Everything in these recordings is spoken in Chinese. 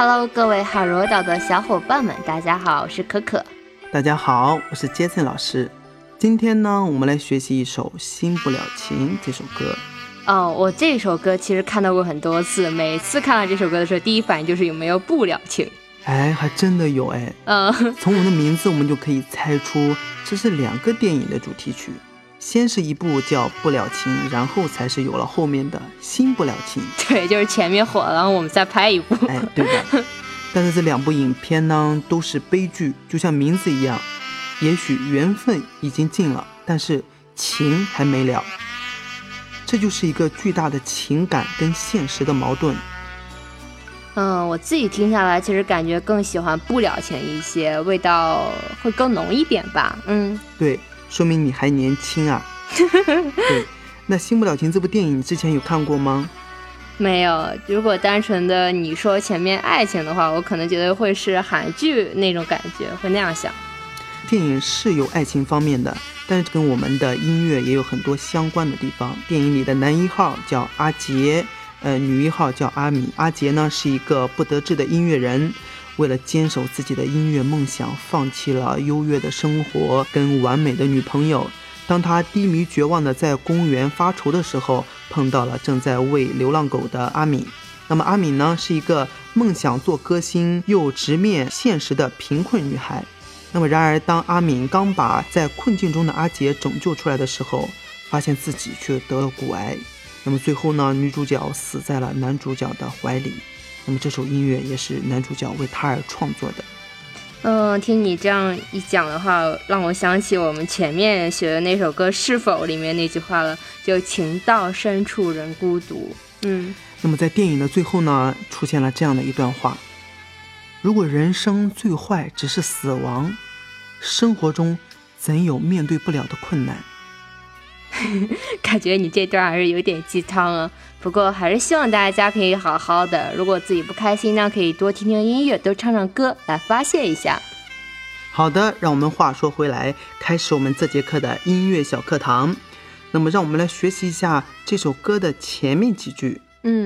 Hello， 各位好柔岛的小伙伴们，大家好，我是可可。 大家好，我是杰森老师。今天呢，我们来学习一首《新不了情》这首歌。 我这首歌其实看到过很多次，每次看到这首歌的时候，第一反应就是有没有不了情。 还真的有从我们的名字我们就可以猜出，这是2个电影的主题曲。先是一部叫《不了情》，然后才是有了后面的《新不了情》。 对，就是前面火了，然后我们再拍一部。 对的。但是这2部影片呢，都是悲剧，就像名字一样，也许缘分已经尽了，但是情还没了。这就是一个巨大的情感跟现实的矛盾。 我自己听下来，其实感觉更喜欢不了情一些，味道会更浓一点吧。 对，说明你还年轻啊。对，那《新不了情》这部电影你之前有看过吗？ 没有，如果单纯的你说前面爱情的话，我可能觉得会是韩剧那种感觉，会那样想。 电影是有爱情方面的，但是跟我们的音乐也有很多相关的地方。电影里的男1号叫阿杰，女1号叫阿米。阿杰呢是一个不得志的音乐人，为了坚守自己的音乐梦想，放弃了优越的生活跟完美的女朋友。当他低迷绝望的在公园发愁的时候，碰到了正在喂流浪狗的阿米。那么阿米呢，是一个梦想做歌星又直面现实的贫困女孩。那么然而当阿米刚把在困境中的阿杰拯救出来的时候，发现自己却得了骨癌。那么最后呢，女主角死在了男主角的怀里。那么这首音乐也是男主角为她而创作的。 听你这样一讲的话，让我想起我们前面学的那首歌《是否》里面那句话了，就情到深处人孤独。 那么在电影的最后呢，出现了这样的一段话：如果人生最坏只是死亡，生活中怎有面对不了的困难？ 感觉你这段还是有点鸡汤啊，不过还是希望大家可以好好的，如果自己不开心呢，可以多听听音乐，多唱唱歌来发泄一下。 好的，让我们话说回来，开始我们这节课的音乐小课堂。那么让我们来学习一下这首歌的前面几句。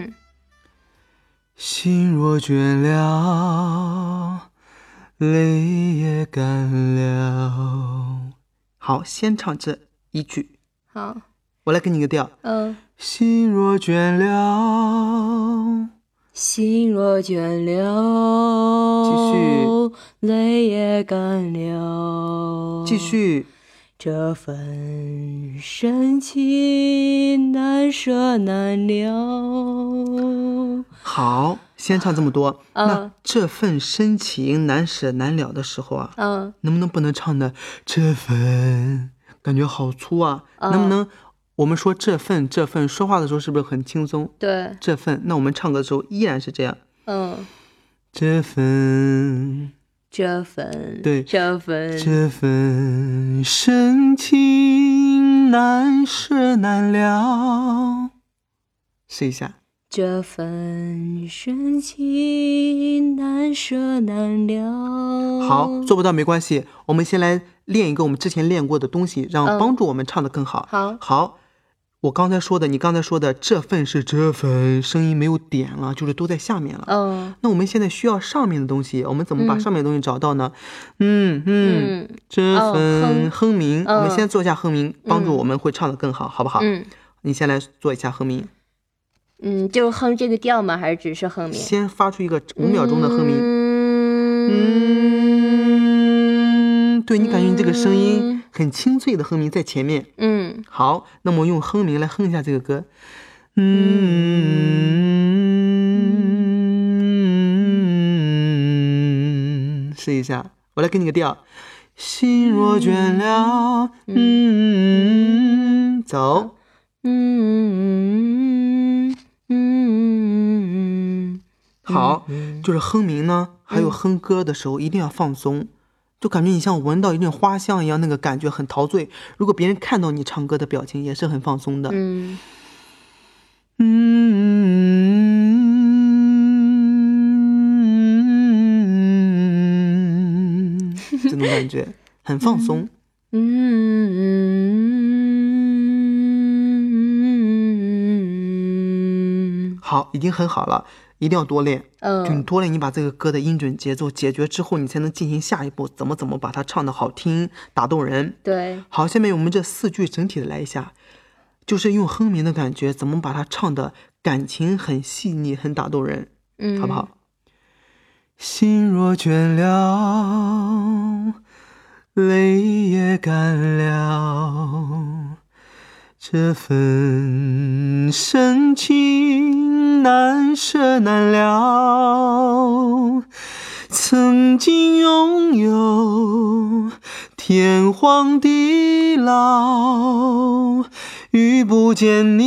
心若倦了，泪也干了。好，先唱这一句。 好， 我来给你个调。心若倦了， 心若倦了， 继续， 泪也干了， 继续， 这份深情难舍难了。 好，先唱这么多。那这份深情难舍难了的时候啊，能不能唱的这份，感觉好粗啊，能不能我们说这份说话的时候是不是很轻松？ 对， 这份，那我们唱歌的时候依然是这样。这份， 对，这份深情难舍难了，试一下。 这份深情难舍难了。 好，做不到没关系，我们先来练一个我们之前练过的东西，让帮助我们唱得更好。好，你刚才说的这份是这份，声音没有点了，就是都在下面了。那我们现在需要上面的东西，我们怎么把上面的东西找到呢？这份哼鸣，我们先做一下哼鸣，帮助我们会唱得更好，好不好？你先来做一下哼鸣。 就哼这个调吗？还是只是哼鸣？ 先发出一个5秒钟的哼鸣。对，你感觉你这个声音很清脆的哼鸣在前面。好，那么用哼鸣来哼一下这个歌。试一下，我来给你个调。心若倦了，走。好，就是哼鸣呢，还有哼歌的时候一定要放松，就感觉你像闻到一阵花香一样，那个感觉很陶醉。如果别人看到你唱歌的表情也是很放松的。这种感觉很放松。好，已经很好了。 一定要多练。就你嗯， 多练，你把这个歌的音准节奏解决之后，你才能进行下一步，怎么把它唱得好听，打动人。 对， 好，下面我们这4句整体的来一下，就是用哼鸣的感觉，怎么把它唱的感情很细腻，很打动人，好不好？心若倦了，泪也干了，这份深情难舍难了。曾经拥有天荒地老，遇不见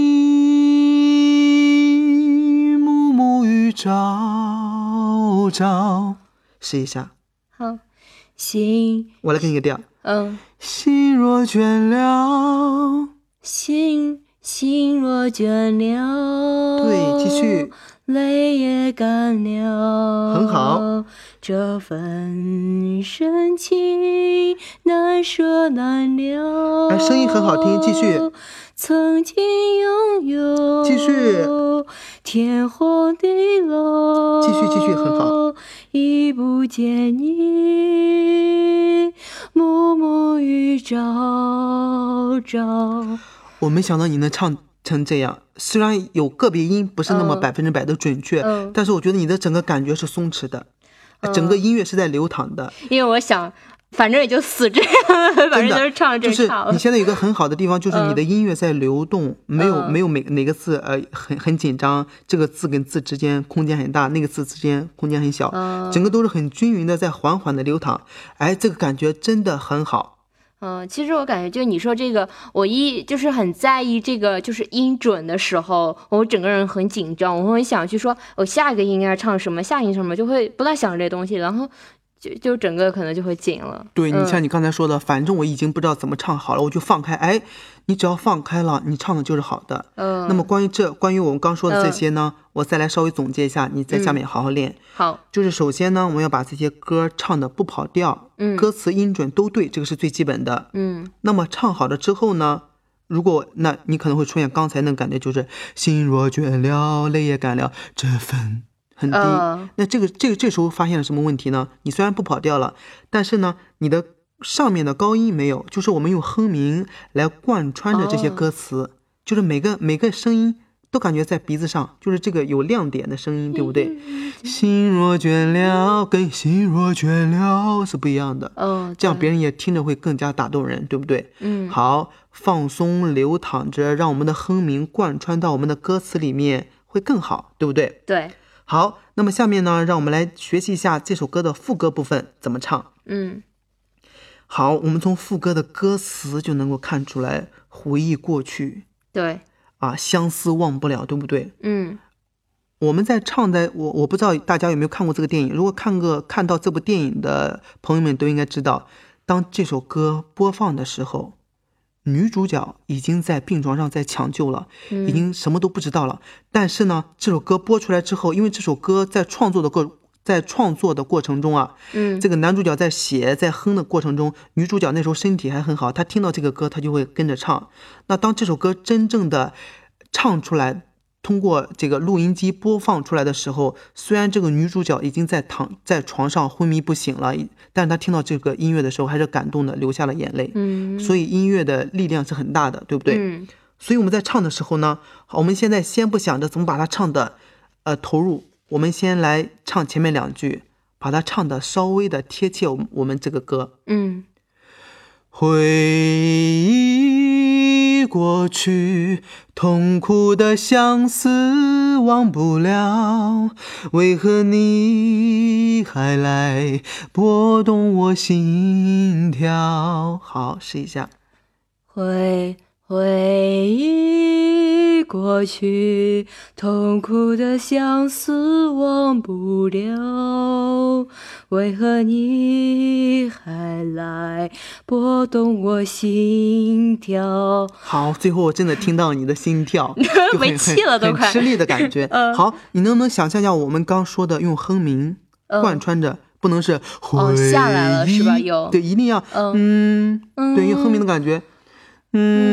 你，暮暮与朝朝。试一下， 好，心， 我来给你个调。心若倦了， 心若倦了， 对，继续， 泪也干了， 很好。 这份深情难舍难了。 哎，声音很好听，继续。 曾经拥有， 继续。 天荒地老， 继续，很好。 已不见你，暮暮与朝朝。 我没想到你能唱成这样，虽然有个别音不是那么100%的准确，但是我觉得你的整个感觉是松弛的，整个音乐是在流淌的。 因为我想，反正也就死这样，反正就是唱这就是唱了。 你现在有一个很好的地方，就是你的音乐在流动，没有哪个字很紧张，这个字跟字之间空间很大，那个字之间空间很小，整个都是很均匀的，在缓缓的流淌。哎，这个感觉真的很好。 其实我感觉就你说这个，我就是很在意这个就是音准的时候，我整个人很紧张，我会想去说我下一个音应该唱什么，下一个什么，就会不太想这些东西，然后就整个可能就会紧了。 对，你像你刚才说的，反正我已经不知道怎么唱好了，我就放开。哎，你只要放开了，你唱的就是好的。那么关于我们刚说的这些呢，我再来稍微总结一下，你在下面好好练。 好， 就是首先呢，我们要把这些歌唱的不跑调，歌词音准都对，这个是最基本的。那么唱好了之后呢，那你可能会出现刚才那感觉，就是心若倦了，泪也干了，这份很低。那这时候发现了什么问题呢？你虽然不跑调了，但是呢，你的上面的高音没有，就是我们用哼鸣来贯穿着这些歌词，就是每个声音都感觉在鼻子上，就是这个有亮点的声音，对不对？心若倦了跟心若倦了是不一样的。这样别人也听着会更加打动人，对不对？好，放松流淌着，让我们的哼鸣贯穿到我们的歌词里面会更好，对不对？ 对。 好，那么下面呢，让我们来学习一下这首歌的副歌部分怎么唱。好，我们从副歌的歌词就能够看出来，回忆过去， 对啊，相思忘不了，对不对？我们在唱的，我不知道大家有没有看过这个电影，如果看到这部电影的朋友们都应该知道，当这首歌播放的时候，女主角已经在病床上在抢救了，已经什么都不知道了。但是呢，这首歌播出来之后，因为这首歌在创作的过程中啊，这个男主角在写在哼的过程中，女主角那时候身体还很好，她听到这个歌，她就会跟着唱。那当这首歌真正的唱出来，通过这个录音机播放出来的时候，虽然这个女主角已经躺在床上昏迷不醒了，但是她听到这个音乐的时候还是感动的流下了眼泪。所以音乐的力量是很大的，对不对？所以我们在唱的时候呢，我们现在先不想着怎么把它唱的投入，我们先来唱前面2句，把它唱的稍微的贴切我们这个歌。回忆过去，痛苦的相思忘不了，为何你还来拨动我心跳？好，试一下。 回忆过去，痛苦的相思忘不了，为何你还来拨动我心跳？ 好，最后我真的听到你的心跳， 没气了都快， 很吃力的感觉。好，你能不能想象一下我们刚说的用哼鸣贯穿着，不能是回忆下来了是吧？ 对，一定要对，用哼鸣的感觉。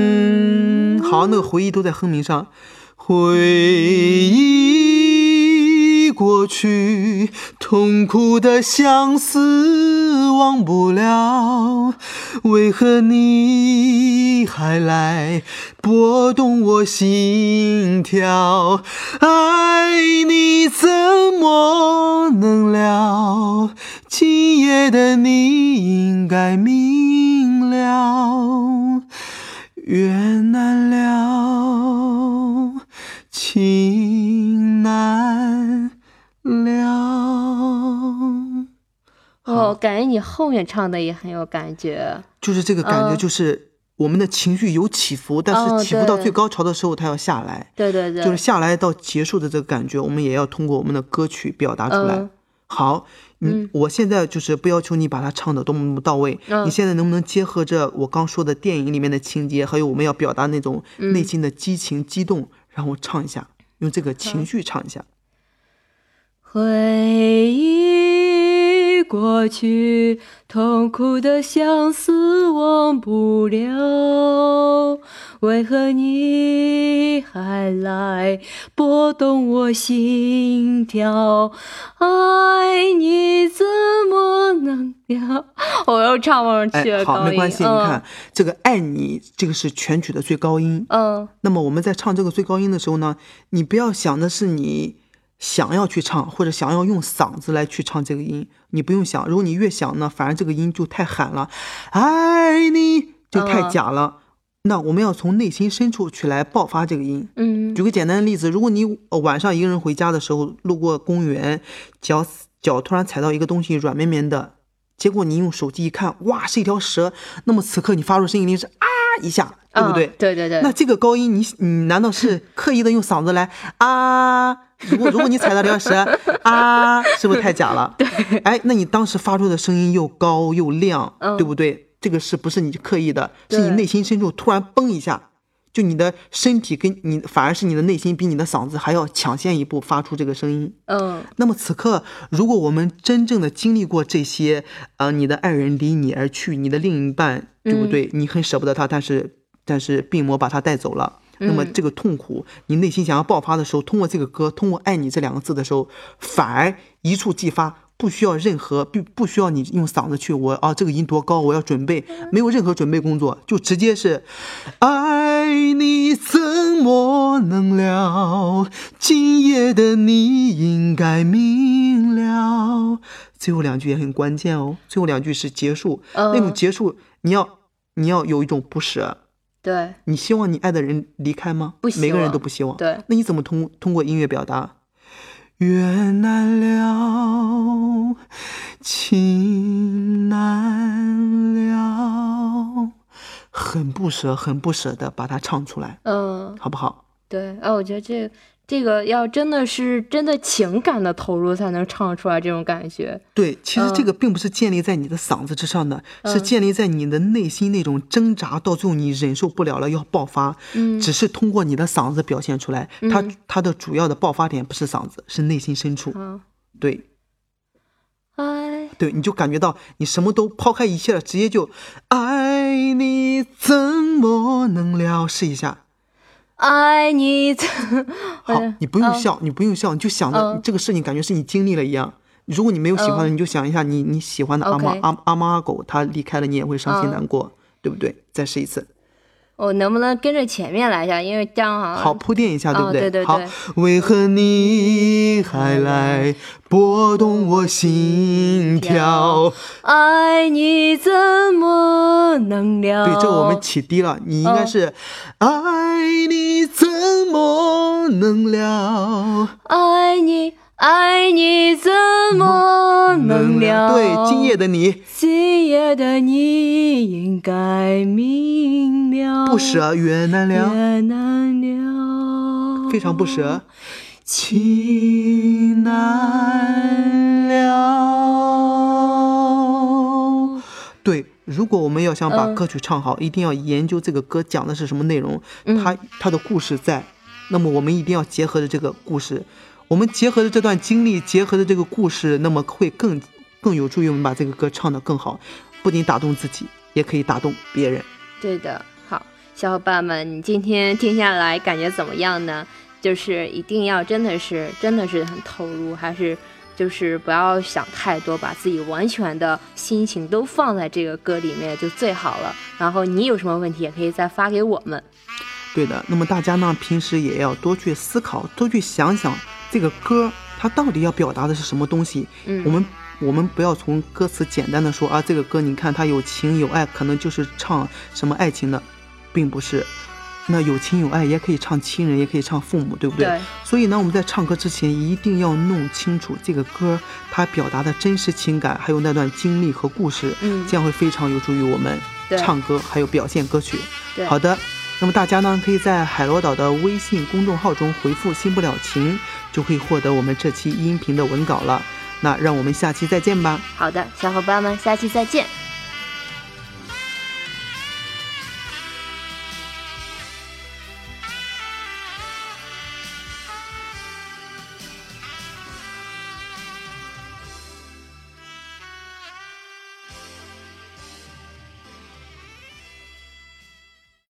好，那个回忆都在哼鸣上。回忆过去，痛苦的相思忘不了，为何你还来拨动我心跳？爱你怎么能了？今夜的你应该明了，缘难了，情难了。 感觉你后面唱的也很有感觉， 就是这个感觉，就是我们的情绪有起伏，但是起伏到最高潮的时候，它要下来。 对对对， 就是下来到结束的这个感觉，我们也要通过我们的歌曲表达出来。好，我现在就是不要求你把它唱的多么到位，你现在能不能结合着我刚说的电影里面的情节，还有我们要表达那种内心的激情、激动，然后唱一下，用这个情绪唱一下。 回忆过去，痛苦的相思忘不了，为何你还来拨动我心跳？爱你怎么能了？我又唱不上去了， 好，没关系，你看这个爱你，这个是全曲的最高音。那么我们在唱这个最高音的时候呢，你不要想的是你想要去唱，或者想要用嗓子来去唱这个音，你不用想。如果你越想呢，反而这个音就太喊了，爱你就太假了。那我们要从内心深处去来爆发这个音。举个简单的例子，如果你晚上一个人回家的时候，路过公园，脚突然踩到一个东西软绵绵的，结果你用手机一看，哇，是一条蛇，那么此刻你发出声音是啊一下，对不对？ 对对对。 那这个高音你难道是刻意的用嗓子来啊？如果你踩到条蛇啊，是不是太假了？ 对。 那你当时发出的声音又高又亮，对不对？这个是不是你刻意的？是你内心深处突然崩一下，就你的身体跟你，反而是你的内心比你的嗓子还要抢先一步发出这个声音。那么此刻，如果我们真正的经历过这些，你的爱人离你而去，你的另一半，对不对？你很舍不得他，但是病魔把他带走了。那么这个痛苦，你内心想要爆发的时候，通过这个歌，通过爱你这两个字的时候，反而一触即发。不需要不需要你用嗓子去这个音多高，我要准备，没有任何准备工作，就直接是爱你怎么能了，今夜的你应该明了。最后两句也很关键哦，最后两句是结束，那种结束你要有一种不舍。 对， 你希望你爱的人离开吗？ 不希望， 每个人都不希望。 对， 那你怎么通过音乐表达？缘难了，情难了，很不舍的把它唱出来，好不好？ 对，我觉得这个要真的情感的投入才能唱出来这种感觉。 对，其实这个并不是建立在你的嗓子之上的，是建立在你的内心那种挣扎，到最后你忍受不了了要爆发，只是通过你的嗓子表现出来。它的主要的爆发点不是嗓子，是内心深处。对，对，你就感觉到你什么都抛开一切了，直接就爱你怎么能了，试一下。 爱你好，你不用笑，你就想着这个事情，感觉是你经历了一样。如果你没有喜欢的，你就想一下你喜欢的阿猫阿狗，他离开了，你也会伤心难过，对不对？再试一次。 我能不能跟着前面来一下？因为这样好铺垫一下，对不对？ 对。 好，为何你还来拨动我心跳？ 爱你怎么能了？ 对，这个我们起低了，你应该是爱你怎么能了？爱你怎么能了？对，今夜的你应该明了， 不舍缘难了，非常不舍，情难了。对，如果我们要想把歌曲唱好，一定要研究这个歌讲的是什么内容，它的故事在，那么我们一定要结合着这个故事，我们结合着这段经历，结合着这个故事，那么会更有助于我们把这个歌唱得更好，不仅打动自己，也可以打动别人。 对的。好，小伙伴们，你今天听下来感觉怎么样呢？ 就是一定要真的是很投入，还是就是不要想太多，把自己完全的心情都放在这个歌里面就最好了。然后你有什么问题也可以再发给我们。 对的，那么大家呢平时也要多去思考，多去想想这个歌它到底要表达的是什么东西。我们不要从歌词简单的说啊，这个歌你看它有情有爱，可能就是唱什么爱情的，并不是。那有情有爱也可以唱亲人，也可以唱父母，对不对？ 对。 所以呢，我们在唱歌之前一定要弄清楚这个歌它表达的真实情感，还有那段经历和故事，这样会非常有助于我们唱歌还有表现歌曲。好的，那么大家呢可以在海螺岛的微信公众号中回复新不了情，就可以获得我们这期音频的文稿了。那让我们下期再见吧。 好的，小伙伴们，下期再见。